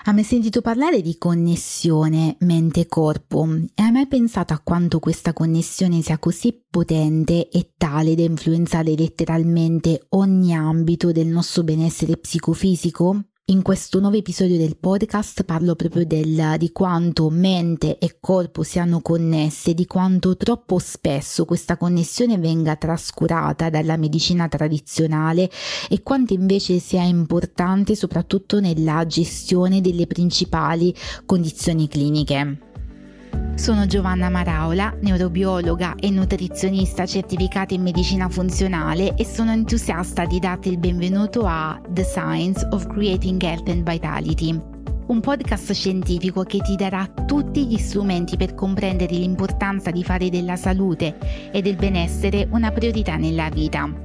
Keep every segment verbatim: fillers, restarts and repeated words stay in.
Hai mai sentito parlare di connessione mente-corpo? E hai mai pensato a quanto questa connessione sia così potente e tale da influenzare letteralmente ogni ambito del nostro benessere psicofisico? In questo nuovo episodio del podcast parlo proprio del, di quanto mente e corpo siano connesse, di quanto troppo spesso questa connessione venga trascurata dalla medicina tradizionale e quanto invece sia importante soprattutto nella gestione delle principali condizioni cliniche. Sono Giovanna Maraola, neurobiologa e nutrizionista certificata in medicina funzionale e sono entusiasta di darti il benvenuto a The Science of Creating Health and Vitality, un podcast scientifico che ti darà tutti gli strumenti per comprendere l'importanza di fare della salute e del benessere una priorità nella vita.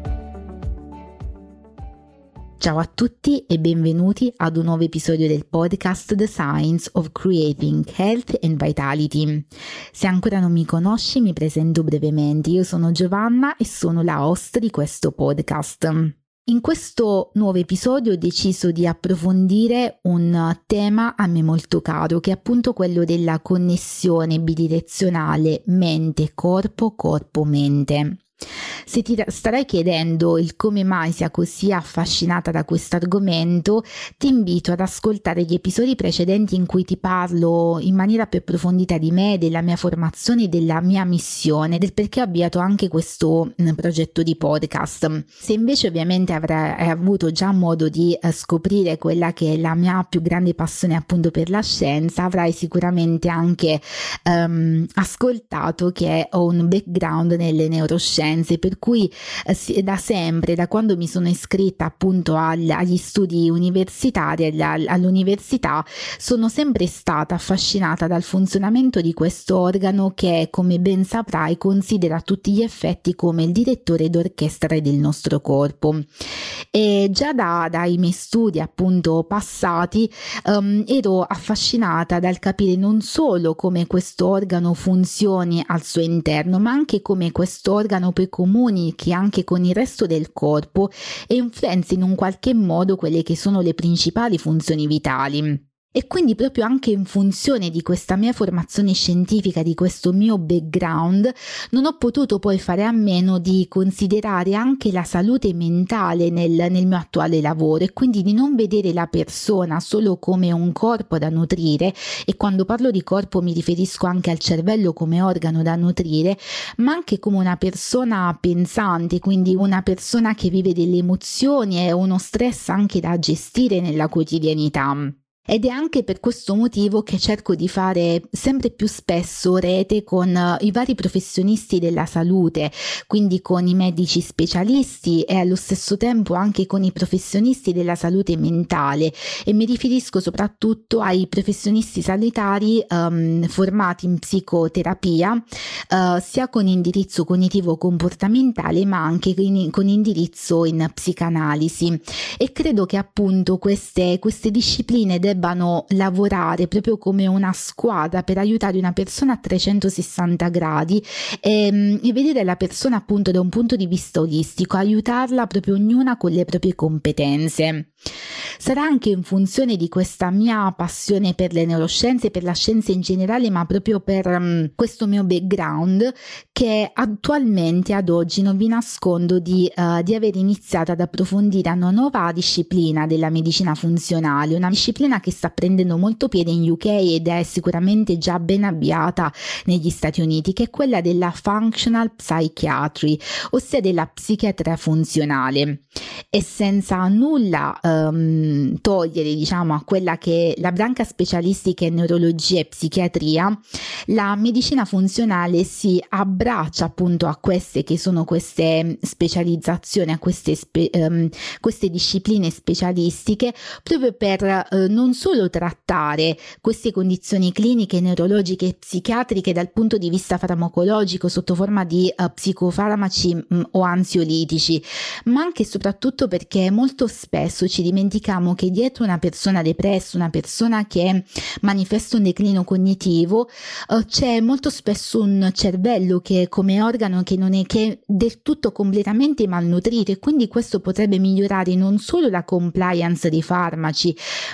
Ciao a tutti e benvenuti ad un nuovo episodio del podcast The Science of Creating Health and Vitality. Se ancora non mi conosci, mi presento brevemente. Io sono Giovanna e sono la host di questo podcast. In questo nuovo episodio ho deciso di approfondire un tema a me molto caro, che è appunto quello della connessione bidirezionale mente-corpo, corpo-mente. Se ti starai chiedendo il come mai sia così affascinata da questo argomento, ti invito ad ascoltare gli episodi precedenti in cui ti parlo in maniera più approfondita di me, della mia formazione, della mia missione, del perché ho avviato anche questo progetto di podcast. Se invece ovviamente avrai avuto già modo di scoprire quella che è la mia più grande passione appunto per la scienza, avrai sicuramente anche um, ascoltato che ho un background nelle neuroscienze, per cui eh, da sempre, da quando mi sono iscritta appunto al, agli studi universitari, alla, all'università, sono sempre stata affascinata dal funzionamento di questo organo che, come ben saprai, considera a tutti gli effetti come il direttore d'orchestra del nostro corpo. E già da, dai miei studi appunto passati um, ero affascinata dal capire non solo come questo organo funzioni al suo interno, ma anche come questo organo poi comunichi anche con il resto del corpo e influenzi in un qualche modo quelle che sono le principali funzioni vitali. E quindi proprio anche in funzione di questa mia formazione scientifica, di questo mio background, non ho potuto poi fare a meno di considerare anche la salute mentale nel, nel mio attuale lavoro, e quindi di non vedere la persona solo come un corpo da nutrire, e quando parlo di corpo mi riferisco anche al cervello come organo da nutrire, ma anche come una persona pensante, quindi una persona che vive delle emozioni e uno stress anche da gestire nella quotidianità. Ed è anche per questo motivo che cerco di fare sempre più spesso rete con uh, i vari professionisti della salute, quindi con i medici specialisti e allo stesso tempo anche con i professionisti della salute mentale, e mi riferisco soprattutto ai professionisti sanitari um, formati in psicoterapia, uh, sia con indirizzo cognitivo-comportamentale ma anche in, con indirizzo in psicanalisi, e credo che appunto queste, queste discipline debbano lavorare proprio come una squadra per aiutare una persona a trecentosessanta gradi e, e vedere la persona appunto da un punto di vista olistico, aiutarla proprio ognuna con le proprie competenze. Sarà anche in funzione di questa mia passione per le neuroscienze, per la scienza in generale, ma proprio per um, questo mio background, che attualmente ad oggi non vi nascondo di, uh, di aver iniziato ad approfondire una nuova disciplina della medicina funzionale, una disciplina che sta prendendo molto piede in U K ed è sicuramente già ben avviata negli Stati Uniti, che è quella della Functional Psychiatry, ossia della psichiatria funzionale. E senza nulla um, togliere, diciamo, a quella che è la branca specialistica in neurologia e psichiatria, la medicina funzionale si abbraccia appunto a queste che sono queste specializzazioni, a queste, spe, um, queste discipline specialistiche, proprio per uh, non solo trattare queste condizioni cliniche, neurologiche e psichiatriche dal punto di vista farmacologico sotto forma di uh, psicofarmaci mh, o ansiolitici, ma anche e soprattutto perché molto spesso ci dimentichiamo che dietro una persona depressa, una persona che manifesta un declino cognitivo, uh, c'è molto spesso un cervello che come organo che non è che del tutto completamente malnutrito, e quindi questo potrebbe migliorare non solo la compliance dei farmaci, ma anche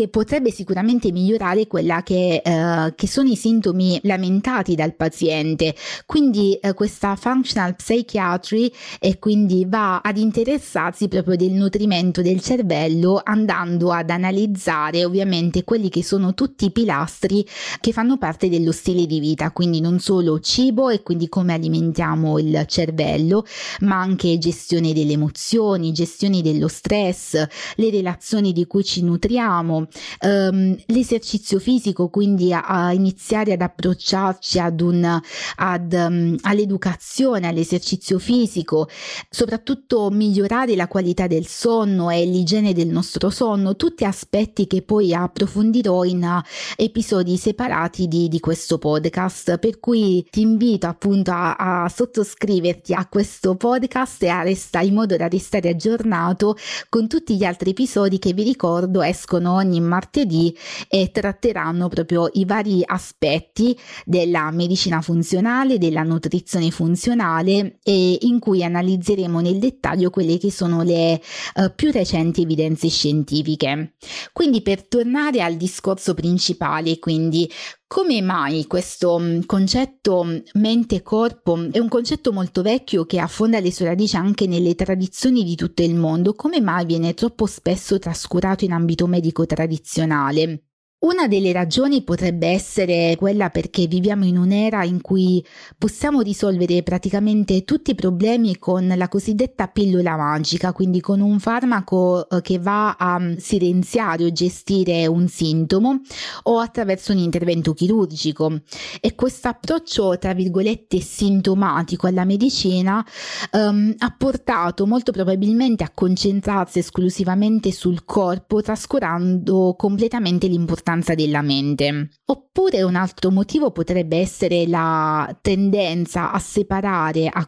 che potrebbe sicuramente migliorare quella che, eh, che sono i sintomi lamentati dal paziente. Quindi eh, questa functional psychiatry e quindi va ad interessarsi proprio del nutrimento del cervello, andando ad analizzare ovviamente quelli che sono tutti i pilastri che fanno parte dello stile di vita, quindi non solo cibo e quindi come alimentiamo il cervello, ma anche gestione delle emozioni, gestione dello stress, le relazioni di cui ci nutriamo, ehm, l'esercizio fisico, quindi a, a iniziare ad approcciarci ad un, ad, um, all'educazione, all'esercizio fisico, soprattutto migliorare la qualità del sonno e l'igiene del nostro sonno, tutti aspetti che poi approfondirò in uh, episodi separati di, di questo podcast, per cui ti invito appunto a, a sottoscriverti a questo podcast e a restare in modo da restare aggiornato con tutti gli altri episodi che vi ricordo escono ogni martedì e tratteranno proprio i vari aspetti della medicina funzionale, della nutrizione funzionale, e in cui analizzeremo nel dettaglio quelle che sono le uh, più recenti evidenze scientifiche. Quindi, per tornare al discorso principale, quindi come mai questo concetto mente-corpo è un concetto molto vecchio che affonda le sue radici anche nelle tradizioni di tutto il mondo, come mai viene troppo spesso trascurato in ambito medico tradizionale? Una delle ragioni potrebbe essere quella perché viviamo in un'era in cui possiamo risolvere praticamente tutti i problemi con la cosiddetta pillola magica, quindi con un farmaco che va a silenziare o gestire un sintomo o attraverso un intervento chirurgico. E questo approccio, tra virgolette, sintomatico alla medicina um, ha portato molto probabilmente a concentrarsi esclusivamente sul corpo, trascurando completamente l'importanza della mente. Oppure un altro motivo potrebbe essere la tendenza a separare, a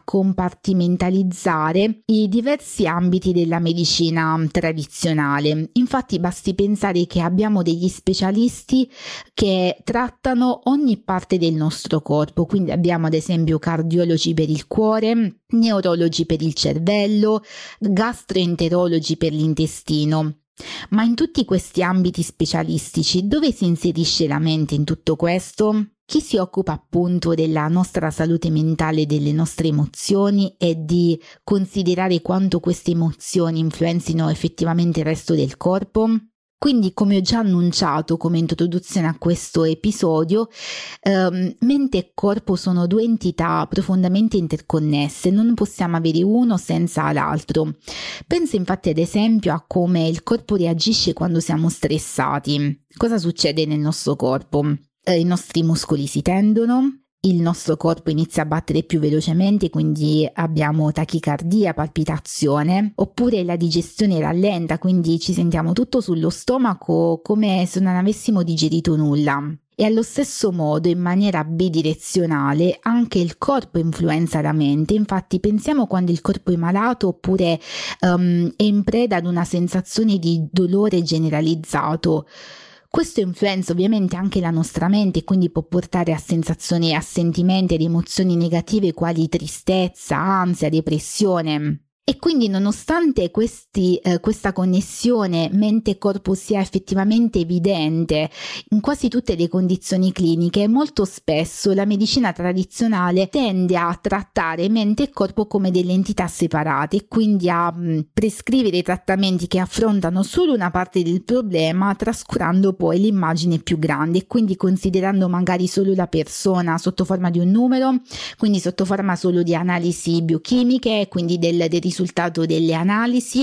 compartimentalizzare i diversi ambiti della medicina tradizionale. Infatti basti pensare che abbiamo degli specialisti che trattano ogni parte del nostro corpo, quindi abbiamo ad esempio cardiologi per il cuore, neurologi per il cervello, gastroenterologi per l'intestino. Ma in tutti questi ambiti specialistici, dove si inserisce la mente in tutto questo? Chi si occupa appunto della nostra salute mentale, delle nostre emozioni e di considerare quanto queste emozioni influenzino effettivamente il resto del corpo? Quindi, come ho già annunciato come introduzione a questo episodio, ehm, mente e corpo sono due entità profondamente interconnesse, non possiamo avere uno senza l'altro. Penso infatti ad esempio a come il corpo reagisce quando siamo stressati. Cosa succede nel nostro corpo? Eh, I nostri muscoli si tendono, il nostro corpo inizia a battere più velocemente, quindi abbiamo tachicardia, palpitazione, oppure la digestione rallenta, quindi ci sentiamo tutto sullo stomaco come se non avessimo digerito nulla. E allo stesso modo, in maniera bidirezionale, anche il corpo influenza la mente. Infatti pensiamo quando il corpo è malato oppure um, è in preda ad una sensazione di dolore generalizzato. Questo influenza ovviamente anche la nostra mente e quindi può portare a sensazioni, a sentimenti ed emozioni negative quali tristezza, ansia, depressione. E quindi nonostante questi, eh, questa connessione mente-corpo sia effettivamente evidente in quasi tutte le condizioni cliniche, molto spesso la medicina tradizionale tende a trattare mente e corpo come delle entità separate e quindi a mh, prescrivere trattamenti che affrontano solo una parte del problema, trascurando poi l'immagine più grande e quindi considerando magari solo la persona sotto forma di un numero, quindi sotto forma solo di analisi biochimiche, quindi del, del risultato delle analisi,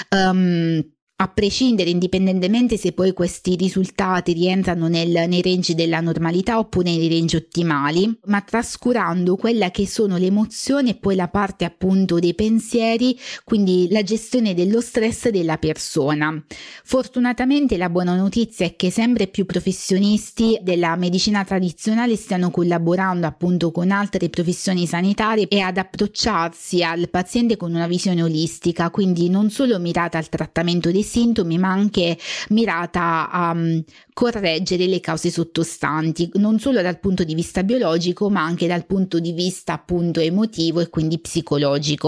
um, a prescindere, indipendentemente se poi questi risultati rientrano nel, nei range della normalità oppure nei range ottimali, ma trascurando quella che sono le emozioni e poi la parte appunto dei pensieri, quindi la gestione dello stress della persona. Fortunatamente la buona notizia è che sempre più professionisti della medicina tradizionale stiano collaborando appunto con altre professioni sanitarie e ad approcciarsi al paziente con una visione olistica, quindi non solo mirata al trattamento dei sintomi, ma anche mirata a um, correggere le cause sottostanti, non solo dal punto di vista biologico, ma anche dal punto di vista appunto emotivo e quindi psicologico.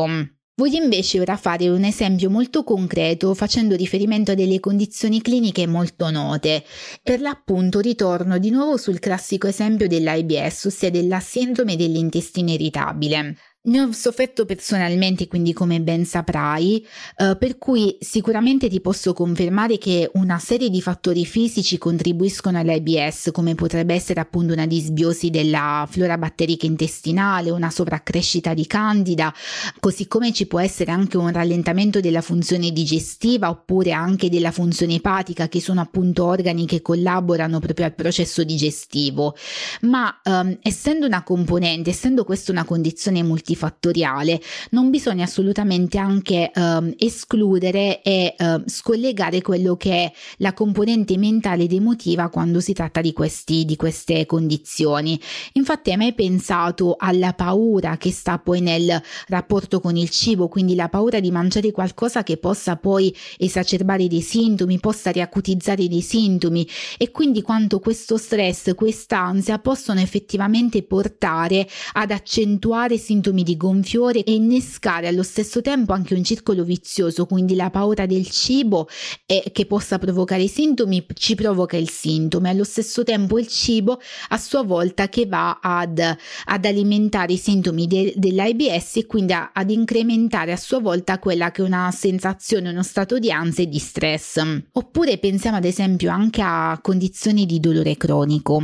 Voglio invece ora fare un esempio molto concreto facendo riferimento a delle condizioni cliniche molto note. Per l'appunto ritorno di nuovo sul classico esempio dell'I B S, ossia della sindrome dell'intestino irritabile. Ne ho sofferto personalmente, quindi come ben saprai, eh, per cui sicuramente ti posso confermare che una serie di fattori fisici contribuiscono all'I B S, come potrebbe essere appunto una disbiosi della flora batterica intestinale, una sovraccrescita di candida, così come ci può essere anche un rallentamento della funzione digestiva oppure anche della funzione epatica, che sono appunto organi che collaborano proprio al processo digestivo. Ma ehm, essendo una componente, essendo questa una condizione multi fattoriale, non bisogna assolutamente anche eh, escludere e eh, scollegare quello che è la componente mentale ed emotiva quando si tratta di, questi, di queste condizioni. Infatti hai mai pensato alla paura che sta poi nel rapporto con il cibo, quindi la paura di mangiare qualcosa che possa poi esacerbare dei sintomi, possa riacutizzare dei sintomi, e quindi quanto questo stress, questa ansia possono effettivamente portare ad accentuare sintomi di gonfiore e innescare allo stesso tempo anche un circolo vizioso, quindi la paura del cibo e che possa provocare i sintomi ci provoca il sintomo, e allo stesso tempo il cibo a sua volta che va ad, ad alimentare i sintomi de, dell'I B S e quindi a, ad incrementare a sua volta quella che è una sensazione, uno stato di ansia e di stress. Oppure pensiamo ad esempio anche a condizioni di dolore cronico.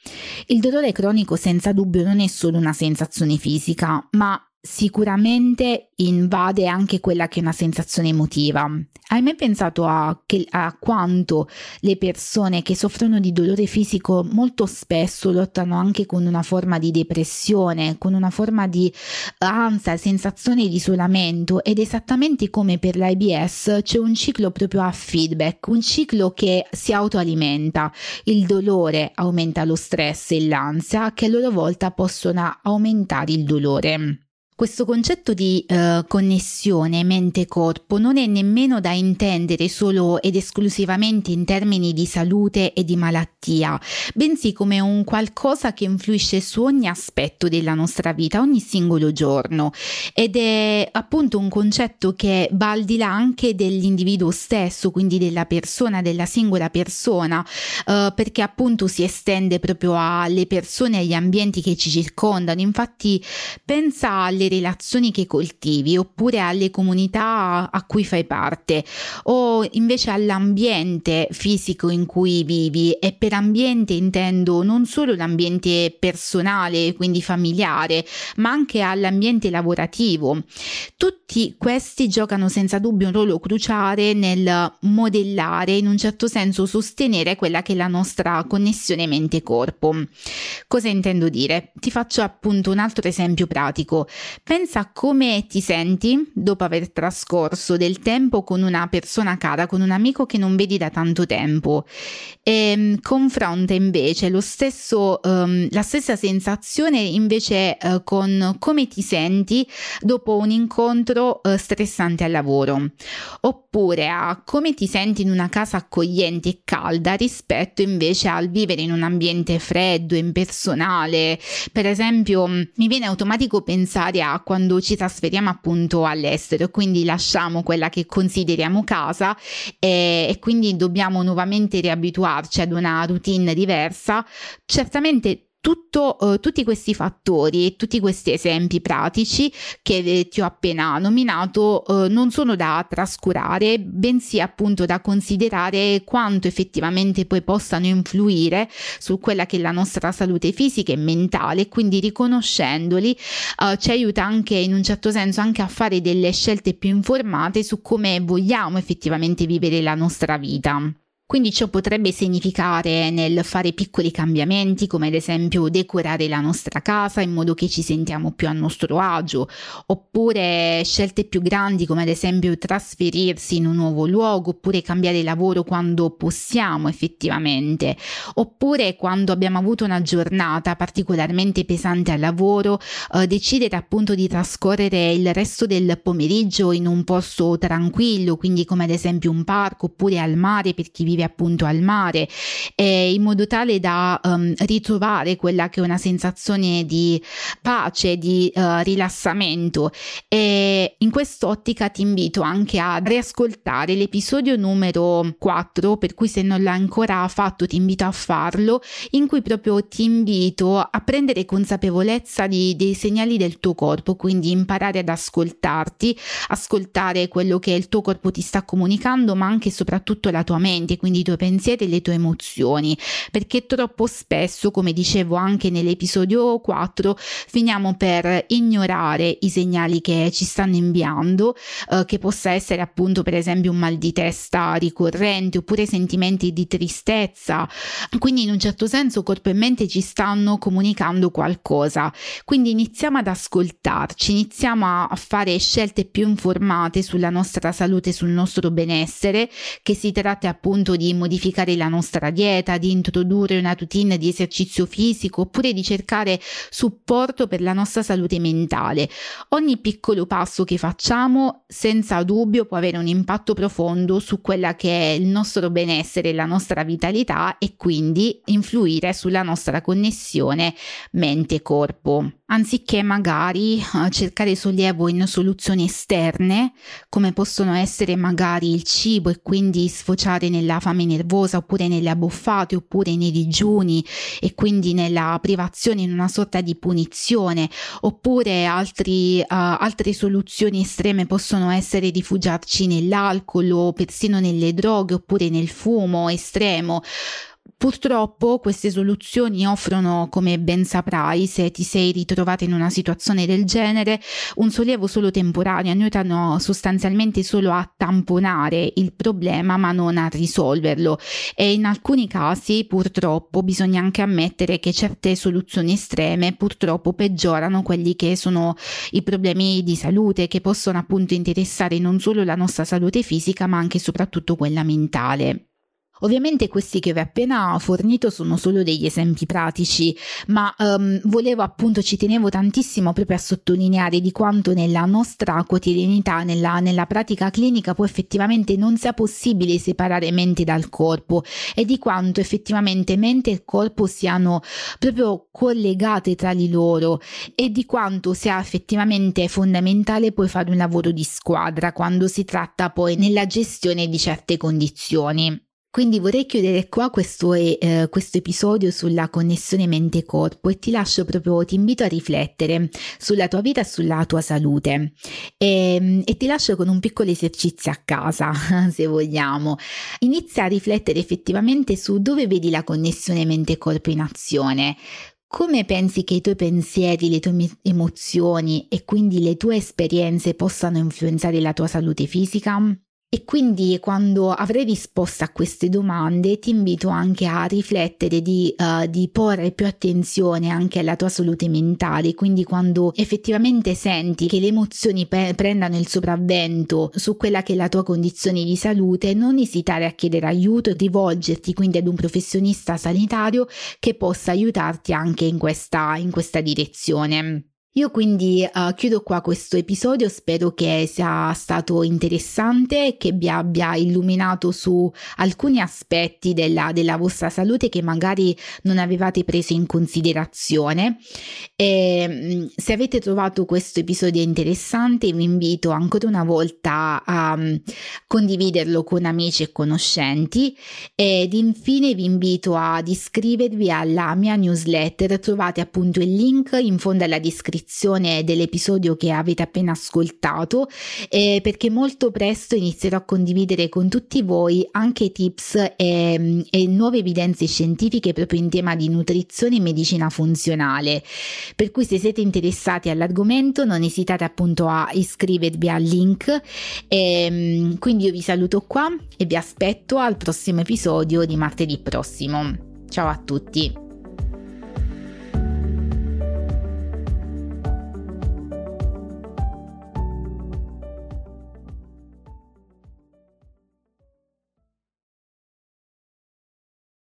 Il dolore cronico senza dubbio non è solo una sensazione fisica, ma sicuramente invade anche quella che è una sensazione emotiva. Hai mai pensato a, che, a quanto le persone che soffrono di dolore fisico molto spesso lottano anche con una forma di depressione, con una forma di ansia, sensazione di isolamento, ed esattamente come per l'I B S c'è un ciclo proprio a feedback, un ciclo che si autoalimenta. Il dolore aumenta lo stress e l'ansia, che a loro volta possono aumentare il dolore. Questo concetto di uh, connessione mente-corpo non è nemmeno da intendere solo ed esclusivamente in termini di salute e di malattia, bensì come un qualcosa che influisce su ogni aspetto della nostra vita, ogni singolo giorno, ed è appunto un concetto che va al di là anche dell'individuo stesso, quindi della persona, della singola persona, uh, perché appunto si estende proprio alle persone e agli ambienti che ci circondano. Infatti pensa alle relazioni che coltivi, oppure alle comunità a cui fai parte, o invece all'ambiente fisico in cui vivi. E per ambiente intendo non solo l'ambiente personale, quindi familiare, ma anche all'ambiente lavorativo. Tutti questi giocano senza dubbio un ruolo cruciale nel modellare, in un certo senso sostenere quella che è la nostra connessione mente-corpo. Cosa intendo dire? Ti faccio appunto un altro esempio pratico. Pensa a come ti senti dopo aver trascorso del tempo con una persona cara, con un amico che non vedi da tanto tempo, e confronta invece lo stesso, um, la stessa sensazione invece uh, con come ti senti dopo un incontro uh, stressante al lavoro, oppure a come ti senti in una casa accogliente e calda rispetto invece al vivere in un ambiente freddo e impersonale. Per esempio, mi viene automatico pensare a quando ci trasferiamo appunto all'estero, quindi lasciamo quella che consideriamo casa e, e quindi dobbiamo nuovamente riabituarci ad una routine diversa. Certamente Tutto, uh, tutti questi fattori e tutti questi esempi pratici che eh, ti ho appena nominato uh, non sono da trascurare, bensì appunto da considerare quanto effettivamente poi possano influire su quella che è la nostra salute fisica e mentale. Quindi riconoscendoli uh, ci aiuta anche in un certo senso anche a fare delle scelte più informate su come vogliamo effettivamente vivere la nostra vita. Quindi ciò potrebbe significare nel fare piccoli cambiamenti, come ad esempio decorare la nostra casa in modo che ci sentiamo più a nostro agio, oppure scelte più grandi come ad esempio trasferirsi in un nuovo luogo, oppure cambiare lavoro quando possiamo effettivamente, oppure quando abbiamo avuto una giornata particolarmente pesante al lavoro, eh, decidere appunto di trascorrere il resto del pomeriggio in un posto tranquillo, quindi come ad esempio un parco oppure al mare per chi vive relativi appunto al mare, e in modo tale da um, ritrovare quella che è una sensazione di pace, di uh, rilassamento. E in quest'ottica ti invito anche a riascoltare l'episodio numero quattro, per cui se non l'hai ancora fatto ti invito a farlo, in cui proprio ti invito a prendere consapevolezza di, dei segnali del tuo corpo, quindi imparare ad ascoltarti, ascoltare quello che il tuo corpo ti sta comunicando, ma anche e soprattutto la tua mente, quindi i tuoi pensieri e le tue emozioni, perché troppo spesso, come dicevo anche nell'episodio quattro, finiamo per ignorare i segnali che ci stanno inviando, eh, che possa essere appunto per esempio un mal di testa ricorrente oppure sentimenti di tristezza. Quindi in un certo senso corpo e mente ci stanno comunicando qualcosa, quindi iniziamo ad ascoltarci, iniziamo a fare scelte più informate sulla nostra salute, sul nostro benessere, che si tratti appunto di modificare la nostra dieta, di introdurre una routine di esercizio fisico oppure di cercare supporto per la nostra salute mentale. Ogni piccolo passo che facciamo senza dubbio può avere un impatto profondo su quella che è il nostro benessere, la nostra vitalità e quindi influire sulla nostra connessione mente-corpo. Anziché magari uh, cercare sollievo in soluzioni esterne, come possono essere magari il cibo e quindi sfociare nella fame nervosa oppure nelle abbuffate oppure nei digiuni e quindi nella privazione, in una sorta di punizione, oppure altri, uh, altre soluzioni estreme possono essere rifugiarci nell'alcol o persino nelle droghe oppure nel fumo estremo. Purtroppo queste soluzioni offrono, come ben saprai se ti sei ritrovata in una situazione del genere, un sollievo solo temporaneo, aiutano sostanzialmente solo a tamponare il problema ma non a risolverlo, e in alcuni casi purtroppo bisogna anche ammettere che certe soluzioni estreme purtroppo peggiorano quelli che sono i problemi di salute, che possono appunto interessare non solo la nostra salute fisica ma anche e soprattutto quella mentale. Ovviamente questi che vi ho appena fornito sono solo degli esempi pratici, ma um, volevo appunto, ci tenevo tantissimo proprio a sottolineare di quanto nella nostra quotidianità, nella, nella pratica clinica poi effettivamente non sia possibile separare mente dal corpo, e di quanto effettivamente mente e corpo siano proprio collegate tra di loro, e di quanto sia effettivamente fondamentale poi fare un lavoro di squadra quando si tratta poi nella gestione di certe condizioni. Quindi vorrei chiudere qua questo, eh, questo episodio sulla connessione mente-corpo e ti lascio proprio, ti invito a riflettere sulla tua vita e sulla tua salute, e, e ti lascio con un piccolo esercizio a casa, se vogliamo. Inizia a riflettere effettivamente su dove vedi la connessione mente-corpo in azione. Come pensi che i tuoi pensieri, le tue emozioni e quindi le tue esperienze possano influenzare la tua salute fisica? E quindi quando avrai risposto a queste domande ti invito anche a riflettere di, uh, di porre più attenzione anche alla tua salute mentale, quindi quando effettivamente senti che le emozioni pe- prendano il sopravvento su quella che è la tua condizione di salute, non esitare a chiedere aiuto e rivolgerti quindi ad un professionista sanitario che possa aiutarti anche in questa, in questa direzione. Io quindi uh, chiudo qua questo episodio, spero che sia stato interessante e che vi abbia illuminato su alcuni aspetti della, della vostra salute che magari non avevate preso in considerazione. E, se avete trovato questo episodio interessante, vi invito ancora una volta a um, condividerlo con amici e conoscenti, ed infine vi invito ad iscrivervi alla mia newsletter. Trovate appunto il link in fondo alla descrizione dell'episodio che avete appena ascoltato, eh, perché molto presto inizierò a condividere con tutti voi anche tips e, e nuove evidenze scientifiche proprio in tema di nutrizione e medicina funzionale, per cui se siete interessati all'argomento non esitate appunto a iscrivervi al link. E, quindi io vi saluto qua e vi aspetto al prossimo episodio di martedì prossimo. Ciao a tutti!